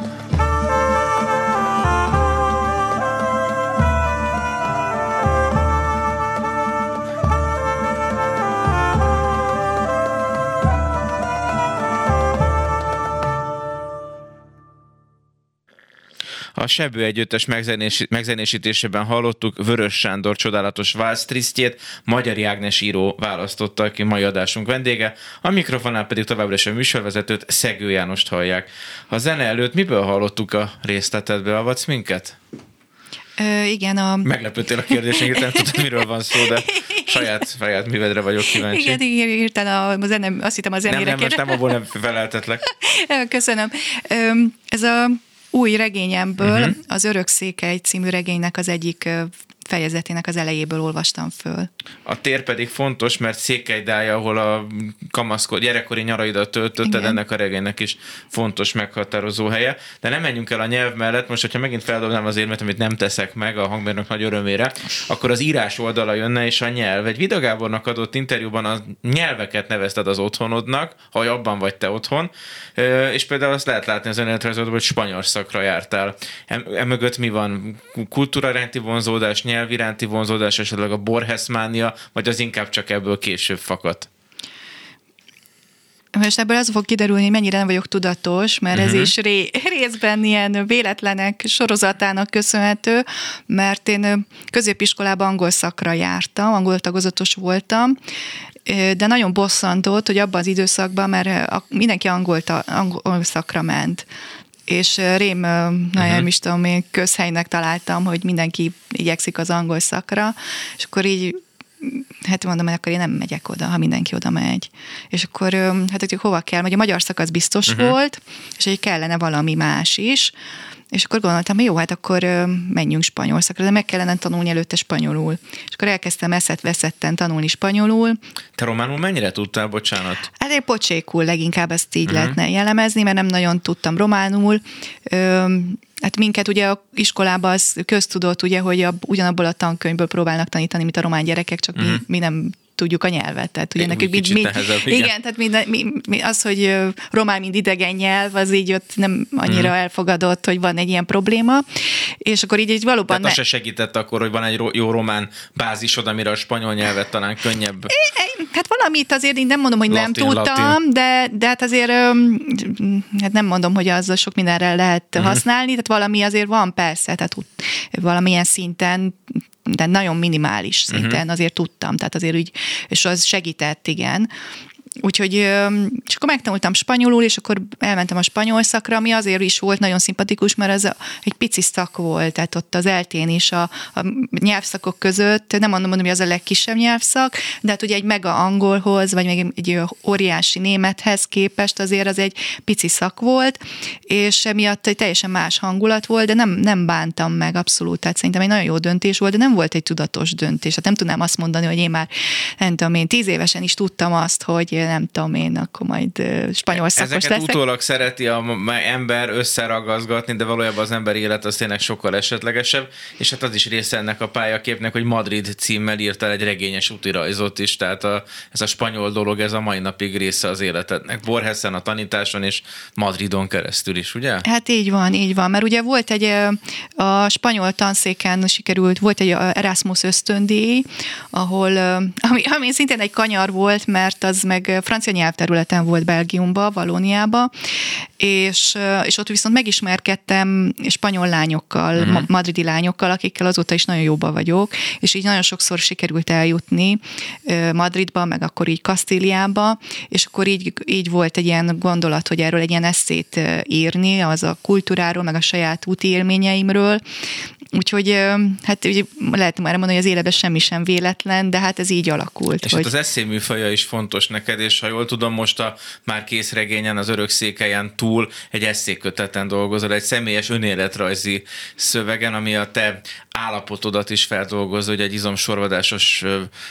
A Sebő együttes megzenésítésében hallottuk Vörös Sándor csodálatos válsztrisztjét, Magyari Ágnes író választotta, aki mai adásunk vendége, a mikrofonnál pedig továbbra is a műsorvezetőt, Szegő Jánost hallják. A zene előtt miből hallottuk a részletet, beavatsz minket? Igen, Meglepődtél a kérdésünk, nem tudod, miről van szó, de saját művedre vagyok kíváncsi. Igen, hirtelen a zene, azt hittem a zenére Nem, most nem abból nem feleltetlek. Köszönöm. Ez a új regényemből, az Örökszékely című regénynek az egyik fejezetének az elejéből olvastam föl. A tér pedig fontos, mert Székelydája, ahol a gyerekkori nyaraidat töltötted, ennek a regénynek is fontos, meghatározó helye. De nem menjünk el a nyelv mellett, most, hogyha megint feldobnám az érmet, amit nem teszek meg a hangmérnök nagy örömére, akkor az írás oldala jönne, és a nyelv. Egy Vida Gábornak adott interjúban a nyelveket nevezted az otthonodnak, ha abban vagy te otthon, és például azt lehet látni az önéletrajzodban, hogy spanyol szakra jártál. Emögött mi van? Kultúra iránti vonzódás, nyelv iránti vonzódás, esetleg a Borges-mánia, vagy az inkább csak ebből később fakadt? Most ebből az fog kiderülni, hogy mennyire nem vagyok tudatos, mert ez is részben ilyen véletlenek sorozatának köszönhető, mert én középiskolában angol szakra jártam, angol tagozatos voltam, de nagyon bosszantott, hogy abban az időszakban, mert mindenki angol szakra ment. És nem is tudom, én közhelynek találtam, hogy mindenki igyekszik az angol szakra, és akkor így hát mondom, hogy akkor én nem megyek oda, ha mindenki oda megy. És akkor, hát hogy hova kell, vagy a magyar szakasz biztos volt, és hogy kellene valami más is, és akkor gondoltam, hogy jó, hát akkor menjünk spanyol szakra, de meg kellene tanulni előtte spanyolul. És akkor elkezdtem eszett-veszetten tanulni spanyolul. Te románul mennyire tudtál, bocsánat? Hát én pocsékul leginkább ezt így lehetne jellemezni, mert nem nagyon tudtam románul. Hát minket ugye a iskolában az köztudott, ugye, hogy ugyanabból a tankönyvből próbálnak tanítani, mint a román gyerekek, csak mi nem tudjuk a nyelvet. Tehát ugye nekünk igen, tehát az, hogy román mind idegen nyelv, az így ott nem annyira elfogadott, hogy van egy ilyen probléma, és akkor így valóban... Tehát az se segített akkor, hogy van egy jó román bázisod, amire a spanyol nyelvet talán könnyebb... Hát valamit azért én nem mondom, hogy nem tudtam, de hát azért hát nem mondom, hogy azzal sok mindenre lehet használni, tehát valami azért van persze, tehát valamilyen szinten, de nagyon minimális szinten azért tudtam, tehát azért úgy, és az segített, igen. Úgyhogy, és akkor megtanultam spanyolul, és akkor elmentem a spanyol szakra, ami azért is volt nagyon szimpatikus, mert ez egy pici szak volt, tehát ott az eltén is a nyelvszakok között, nem mondom, hogy az a legkisebb nyelvszak, de hát ugye egy mega angolhoz, vagy még egy óriási némethez képest azért az egy pici szak volt, és emiatt egy teljesen más hangulat volt, de nem bántam meg abszolút, tehát szerintem egy nagyon jó döntés volt, de nem volt egy tudatos döntés. Hát nem tudnám azt mondani, hogy én már, nem tudom én, 10 évesen is tudtam azt, hogy nem tudom én, akkor majd spanyol szakos leszek. Ezeket utólag szereti az ember összeragazgatni, de valójában az ember élet az tényleg sokkal esetlegesebb, és hát az is része ennek a pályaképnek, hogy Madrid címmel írtál egy regényes útirajzot is, tehát ez a spanyol dolog, ez a mai napig része az életednek. Borgesen a tanításon és Madridon keresztül is, ugye? Hát így van, mert ugye volt a spanyol tanszéken sikerült, volt egy Erasmus ösztöndíj, ahol, ami szintén egy kanyar volt, mert az meg francia nyelvterületen volt Belgiumba, Valóniába, és ott viszont megismerkedtem spanyol lányokkal, madridi lányokkal, akikkel azóta is nagyon jóba vagyok, és így nagyon sokszor sikerült eljutni Madridba, meg akkor így Kasztíliába, és akkor így volt egy ilyen gondolat, hogy erről egy ilyen esszét írni, az a kultúráról, meg a saját úti élményeimről. Úgyhogy hát ugye lehet már mondani, hogy az életben semmi sem véletlen, de hát ez így alakult. És hát az esszé műfaja is fontos neked, és ha jól tudom, most a már kész regényen, az Örök székelyen túl egy esszéköteten dolgozol, egy személyes önéletrajzi szövegen, ami a te állapotodat is feldolgozza, hogy egy izomsorvadásos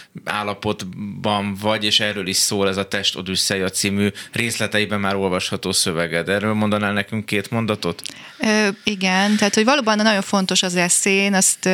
állapotban vagy, és erről is szól ez a Test Odüsszeja című részleteiben már olvasható szöveged. Erről mondanál nekünk 2 mondatot? Igen, tehát hogy valóban nagyon fontos az esszén,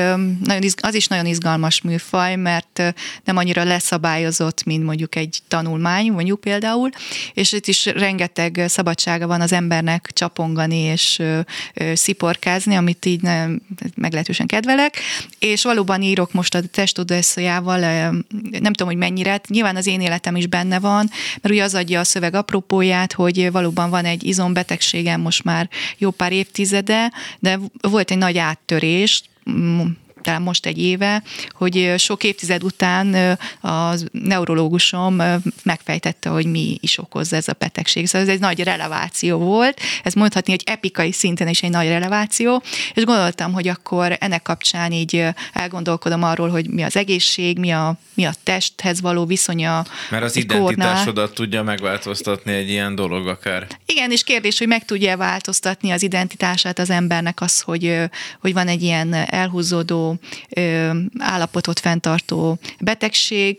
az is nagyon izgalmas műfaj, mert nem annyira leszabályozott, mint mondjuk egy tanulmány, mondjuk például, és itt is rengeteg szabadsága van az embernek csapongani és sziporkázni, amit így meglehetősen kedvelek, és valóban írok most a Test Odüsszejával, nem tudom, hogy mennyire, nyilván az én életem is benne van, mert ugye az adja a szöveg apropóját, hogy valóban van egy izombetegségem most már jó pár évtizede, de volt egy nagy áttörés, talán most egy éve, hogy sok évtized után a neurológusom megfejtette, hogy mi is okozza ez a betegség. Szóval ez egy nagy releváció volt, ez mondhatni, hogy epikai szinten is egy nagy releváció, és gondoltam, hogy akkor ennek kapcsán így elgondolkodom arról, hogy mi az egészség, mi a testhez való viszonya. Mert az identitásodat tudja megváltoztatni egy ilyen dolog akár. Igen, és kérdés, hogy meg tudja változtatni az identitását az embernek az, hogy van egy ilyen elhúzódó állapotot fenntartó betegség,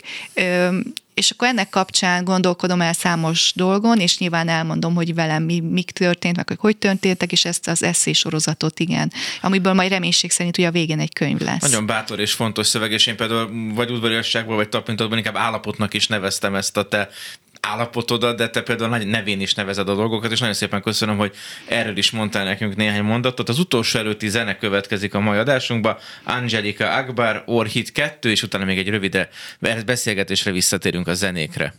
és akkor ennek kapcsán gondolkodom el számos dolgon, és nyilván elmondom, hogy velem mik történt, meg hogy történtek, és ezt az esszésorozatot, igen, amiből majd reménység szerint ugye a végén egy könyv lesz. Nagyon bátor és fontos szöveg, és én például vagy udvariasságból, vagy tapintatban inkább állapotnak is neveztem ezt a te állapotodat, de te például nevén is nevezed a dolgokat, és nagyon szépen köszönöm, hogy erről is mondtál nekünk néhány mondatot. Az utolsó előtti zene következik a mai adásunkba, Angelika Akbar, Orhid 2, és utána még egy rövid beszélgetésre visszatérünk a zenékre.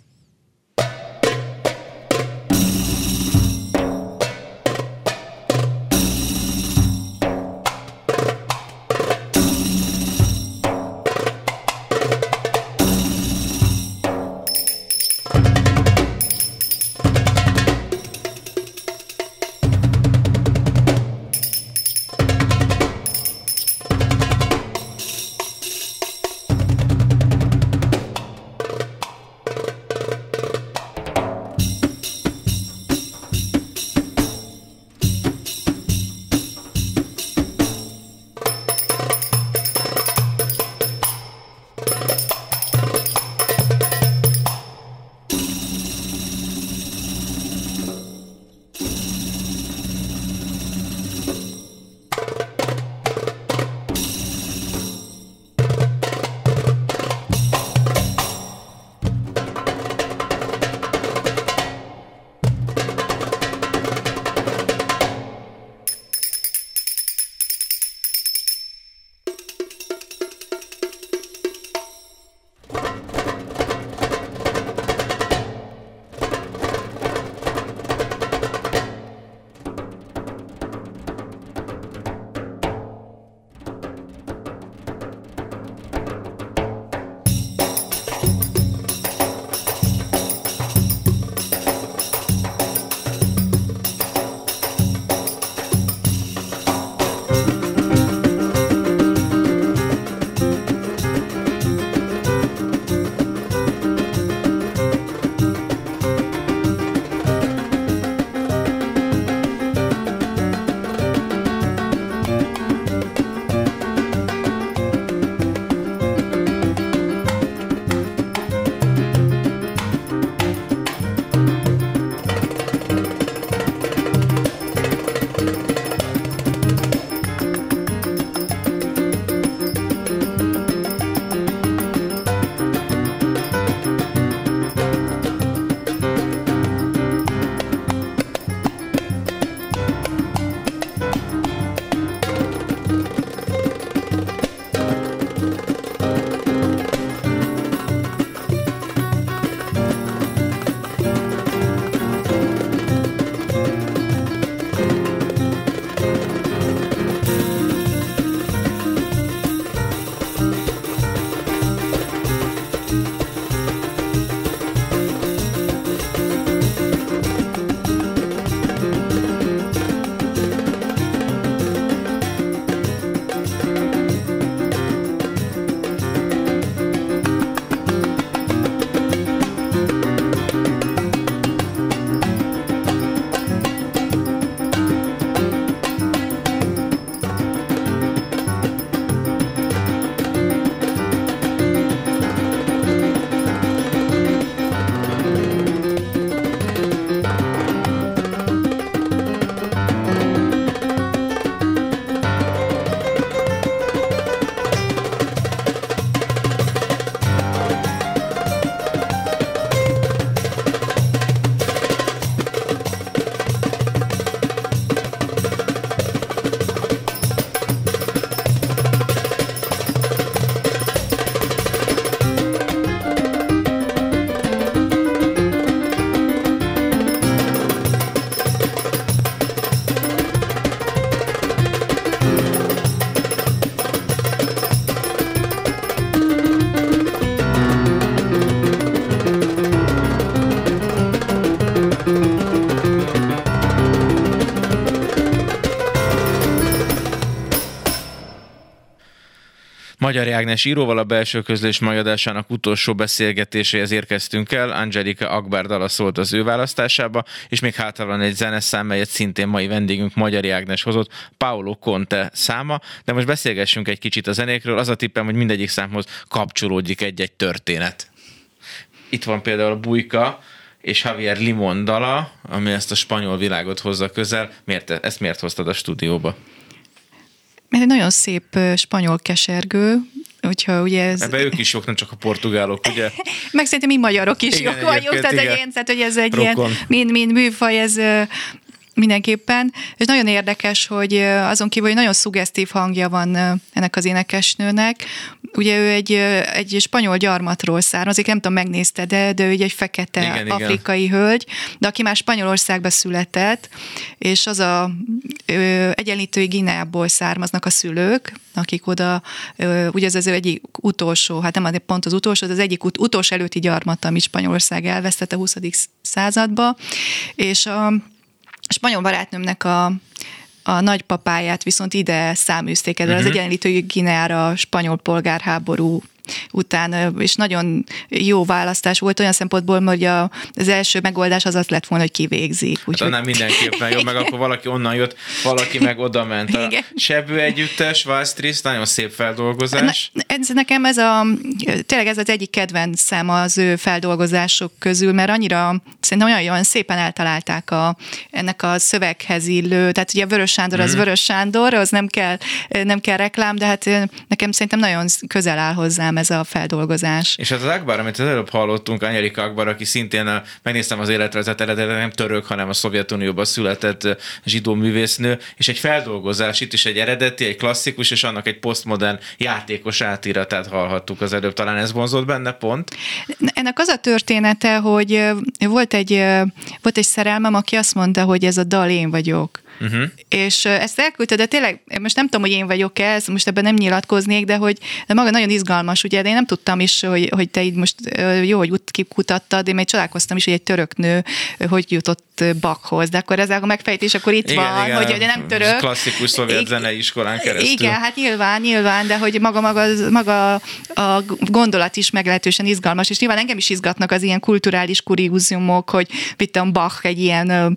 Magyari Ágnes íróval a Belső Közlés mai adásának utolsó beszélgetéséhez érkeztünk el. Angelika Akbar dala szólt az ő választásába, és még hátra van egy zeneszám, melyet szintén mai vendégünk Magyari Ágnes hozott, Paolo Conte száma, de most beszélgessünk egy kicsit a zenékről. Az a tippem, hogy mindegyik számhoz kapcsolódik egy-egy történet. Itt van például a Bujka és Javier Limón dala, ami ezt a spanyol világot hozza közel. Ezt miért hoztad a stúdióba? Mert egy nagyon szép spanyol kesergő, úgyhogy ugye ez... Ebben ők is jók, nem csak a portugálok, ugye? Meg szerintem mi magyarok is igen, jók vagyunk, tehát hogy ez egy Rokon. ilyen mind műfaj, ez mindenképpen. És nagyon érdekes, hogy azon kívül, hogy nagyon szuggesztív hangja van ennek az énekesnőnek. Ugye ő egy spanyol gyarmatról származik, nem tudom, megnézted, de ő egy fekete afrikai hölgy, de aki már Spanyolországba született, és az Egyenlítői Guineából származnak a szülők, akik oda, ugye ez az egyik utolsó, hát nem pont az utolsó, az egyik utolsó előtti gyarmat, amit Spanyolország elvesztett a 20. századba, és a spanyol barátnőmnek a nagypapáját viszont ide száműzték el, az Egyenlítői Guineára a spanyol polgárháború után, és nagyon jó választás volt olyan szempontból, hogy az első megoldás az lett volna, hogy kivégzik. Hát annál mindenképpen jó, meg akkor valaki onnan jött, valaki meg oda ment. A Sebő együttes, Vals Trist, nagyon szép feldolgozás. Nekem tényleg ez az egyik kedvenc szám az ő feldolgozások közül, mert annyira szerintem olyan szépen eltalálták ennek a szöveghez illő, tehát ugye Vörös Sándor az Vörös Sándor, az nem kell reklám, de hát nekem szerintem nagyon közel áll hozzám ez a feldolgozás. És hát az Akbar, amit az előbb hallottunk, Angelika Akbar, aki szintén megnéztem az életrajzát, eredetileg nem török, hanem a Szovjetunióban született zsidó művésznő, és egy feldolgozás, itt is egy eredeti, egy klasszikus, és annak egy posztmodern játékos átíratát hallhattuk az előbb. Talán ez vonzott benne pont? Ennek az a története, hogy volt egy szerelmem, aki azt mondta, hogy ez a dal én vagyok. És ezt elküldte, de tényleg, most nem tudom, hogy én vagyok-e, most ebben nem nyilatkoznék, de maga nagyon izgalmas, ugye, de én nem tudtam is, hogy te így most jó, hogy kikutattad, én még csodálkoztam is, hogy egy török nő hogy jutott Bachhoz, de akkor ez a megfejtés, akkor itt igen, van, igen, hogy nem török. Klasszikus szovjet zenei iskolán keresztül. Igen, hát nyilván, de hogy maga a gondolat is meglehetősen izgalmas, és nyilván engem is izgatnak az ilyen kulturális kuriózumok, hogy mit Bach egy ilyen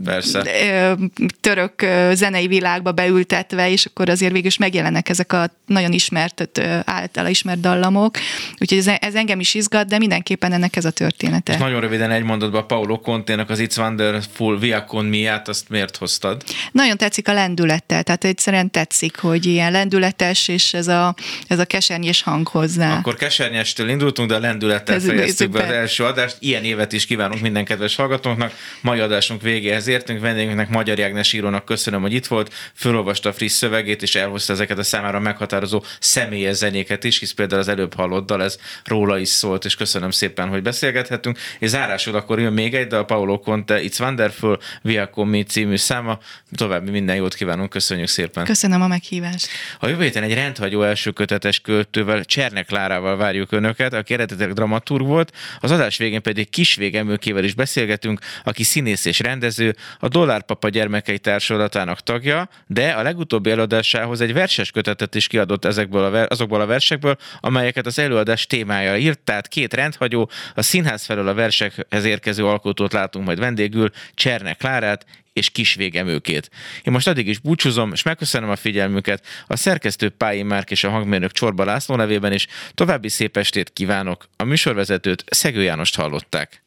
török zenei világba beültetve, és akkor azért végül is megjelennek ezek a nagyon általa ismert dallamok. Úgyhogy ez engem is izgat, de mindenképpen ennek ez a története. És nagyon röviden egy mondatban Paolo Conténak az It's Wonderful Via con Miát, azt miért hoztad? Nagyon tetszik a lendülete, tehát egyszerűen tetszik, hogy ilyen lendületes, és ez a kesernyés hang hozzá. Akkor kesernyestől indultunk, de a lendülettel fejeztük be az első adást. Ilyen évet is kívánunk minden kedves hallgatónknak. Mai adásunk végéhez értünk. Vendégünknek Magyari Ágnes írónak köszönöm, hogy itt volt, fölolvasta a friss szövegét, és elhozta ezeket a számára meghatározó személyes zenéket is, hisz például az előbb hallott dal, ez róla is szólt, és köszönöm szépen, hogy beszélgethetünk. És zárásul akkor jön még egy dal, Paolo Conte, It's Wonderful, Via con Mi című száma. További minden jót kívánunk, köszönjük szépen. Köszönöm a meghívást. A jövő héten egy rendhagyó első kötetes költővel, Csernek Klárával várjuk Önöket, aki eredetileg dramaturg volt, az adás végén pedig Kisvég Emőkével is beszélgetünk, aki színész és rendező, a Dollárpapa gyermekei társulatának tagja, de a legutóbbi előadásához egy verses kötetet is kiadott azokból a versekből, amelyeket az előadás témája írt, tehát két rendhagyó, a színház felől a versekhez érkező alkotót látunk majd vendégül, Csernek Klárát és Kisvég Emőkét. Én most addig is búcsúzom, és megköszönöm a figyelmüket, a szerkesztő Pályi Márk és a hangmérnök Csorba László nevében is. További szép estét kívánok. A műsorvezetőt, Szegő Jánost hallották.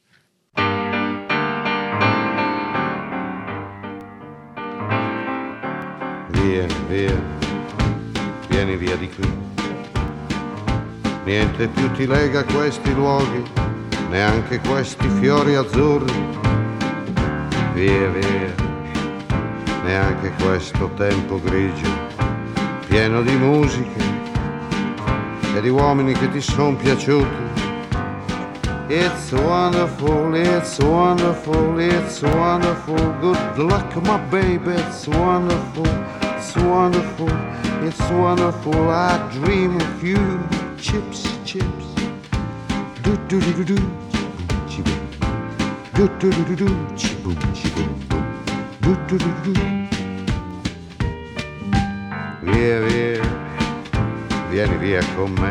Vieni via di qui. Niente più ti lega questi luoghi, neanche questi fiori azzurri. Via, neanche questo tempo grigio, pieno di musiche e di uomini che ti son piaciuti. It's wonderful, it's wonderful, it's wonderful. Good luck, my baby, it's wonderful, it's wonderful, it's wonderful. I dream of you, chips, chips. Do do do do do, chiboom. Do do do do do, chiboom, chiboom. Do do do do. Via, vieni via con me.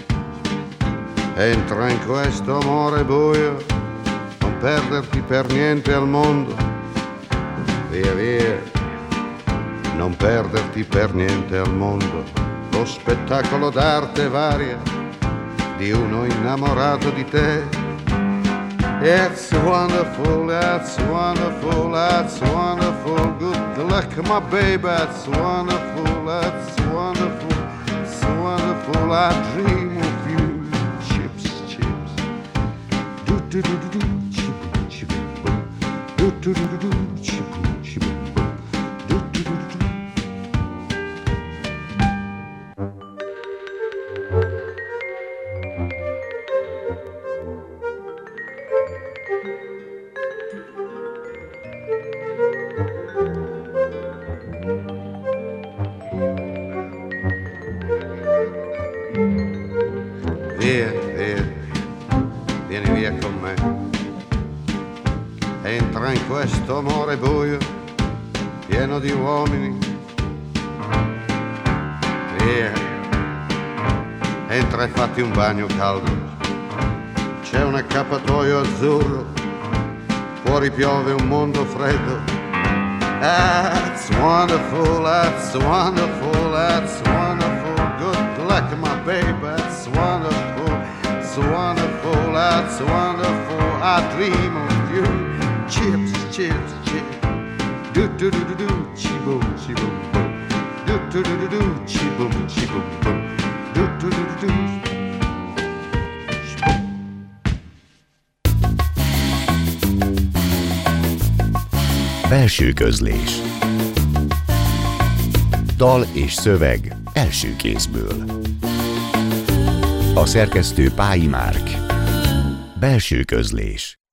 Entra in questo amore buio, non perderti per niente al mondo. Via via, non perderti per niente al mondo. Lo spettacolo d'arte varia di uno innamorato di te. It's wonderful, it's wonderful, it's wonderful. Good luck, my baby, it's wonderful, it's wonderful, it's wonderful. I dream of you. Chips, chips. Do do do do do. Chip, chip, boom. Do do do do do. Chip, chip, boom. Do do do do do. Via, via, vieni via con me. Entra in questo amore buio, pieno di uomini. Via, entra e fatti un bagno caldo. C'è un accappatoio azzurro, fuori piove un mondo freddo. That's wonderful, that's wonderful, that's wonderful. Good luck, my baby, that's wonderful, it's wonderful, that's wonderful. I dream of you. Chips, chips, chips. Do do do do do, chi boom, chi boom boom. Do do do do do, chi boom, boom. Do do do do do. Belső közlés. Dal és szöveg első kézből. A szerkesztő Pályi Márk. Belső közlés.